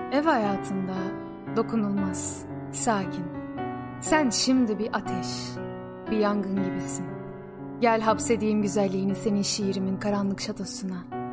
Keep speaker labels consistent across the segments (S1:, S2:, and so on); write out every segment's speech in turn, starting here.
S1: Ev hayatında dokunulmaz, sakin. Sen şimdi bir ateş, bir yangın gibisin. Gel hapsedeyim güzelliğini senin şiirimin karanlık şatosuna.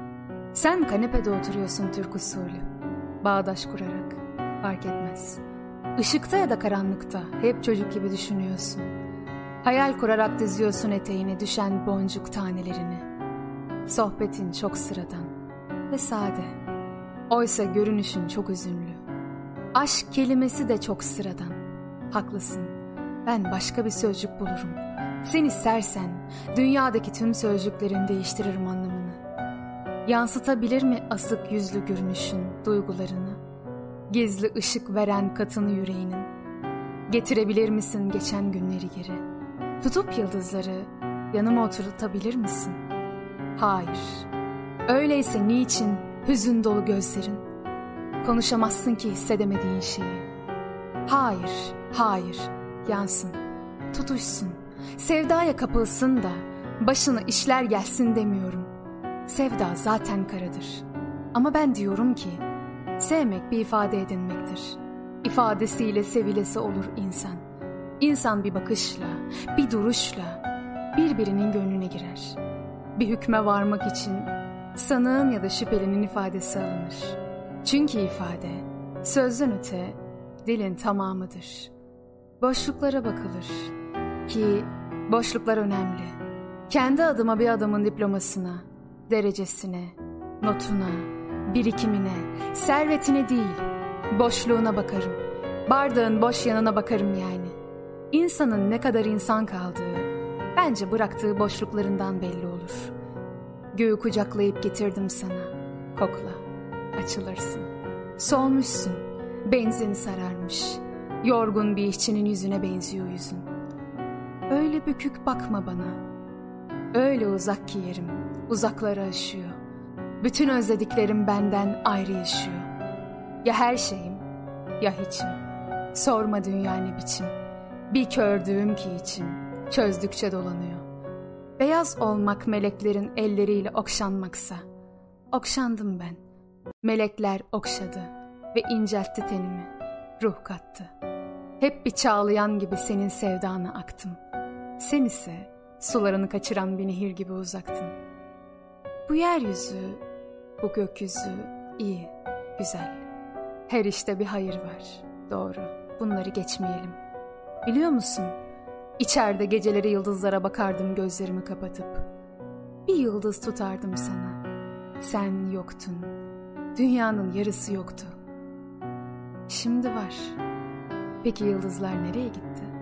S1: Sen kanepede oturuyorsun Türk usulü, bağdaş kurarak, fark etmez. Işıkta ya da karanlıkta hep çocuk gibi düşünüyorsun. Hayal kurarak diziyorsun eteğine düşen boncuk tanelerini. Sohbetin çok sıradan ve sade. Oysa görünüşün çok üzünlü. Aşk kelimesi de çok sıradan. Haklısın, ben başka bir sözcük bulurum. Sen istersen dünyadaki tüm sözcüklerin değiştiririm anlamını. Yansıtabilir mi asık yüzlü görünüşün duygularını? Gizli ışık veren katını yüreğinin? Getirebilir misin geçen günleri geri? Tutup yıldızları yanıma oturtabilir misin? Hayır. Öyleyse niçin hüzün dolu gözlerin? Konuşamazsın ki hissedemediğin şeyi. Hayır, hayır, yansın, tutuşsun, sevdaya kapılsın da başına işler gelsin demiyorum. Sevda zaten karadır. Ama ben diyorum ki sevmek bir ifade edinmektir. İfadesiyle sevilesi olur insan. İnsan bir bakışla, bir duruşla birbirinin gönlüne girer. Bir hükme varmak için sanığın ya da şüphelinin ifadesi alınır. Çünkü ifade sözden öte dilin tamamıdır. Boşluklara bakılır ki boşluklar önemli. Kendi adıma bir adamın diplomasına, derecesine, notuna, birikimine, servetine değil, boşluğuna bakarım. Bardağın boş yanına bakarım yani. İnsanın ne kadar insan kaldığı, bence bıraktığı boşluklarından belli olur. Göğü kucaklayıp getirdim sana, kokla, açılırsın. Solmuşsun, benzin sararmış, yorgun bir işçinin yüzüne benziyor yüzün. Öyle bükük bakma bana, öyle uzak ki yerim, uzakları aşıyor. Bütün özlediklerim benden ayrı yaşıyor. Ya her şeyim, ya hiçim. Sorma dünya ne biçim. Bir kördüğüm ki içim, çözdükçe dolanıyor. Beyaz olmak meleklerin elleriyle okşanmaksa, okşandım ben. Melekler okşadı ve inceltti tenimi, ruh kattı. Hep bir çağlayan gibi senin sevdana aktım. Sen ise sularını kaçıran bir nehir gibi uzaktın. Bu yeryüzü, bu gökyüzü iyi, güzel. Her işte bir hayır var, doğru. Bunları geçmeyelim. Biliyor musun? İçeride geceleri yıldızlara bakardım gözlerimi kapatıp. Bir yıldız tutardım sana. Sen yoktun. Dünyanın yarısı yoktu. Şimdi var. Peki yıldızlar nereye gitti?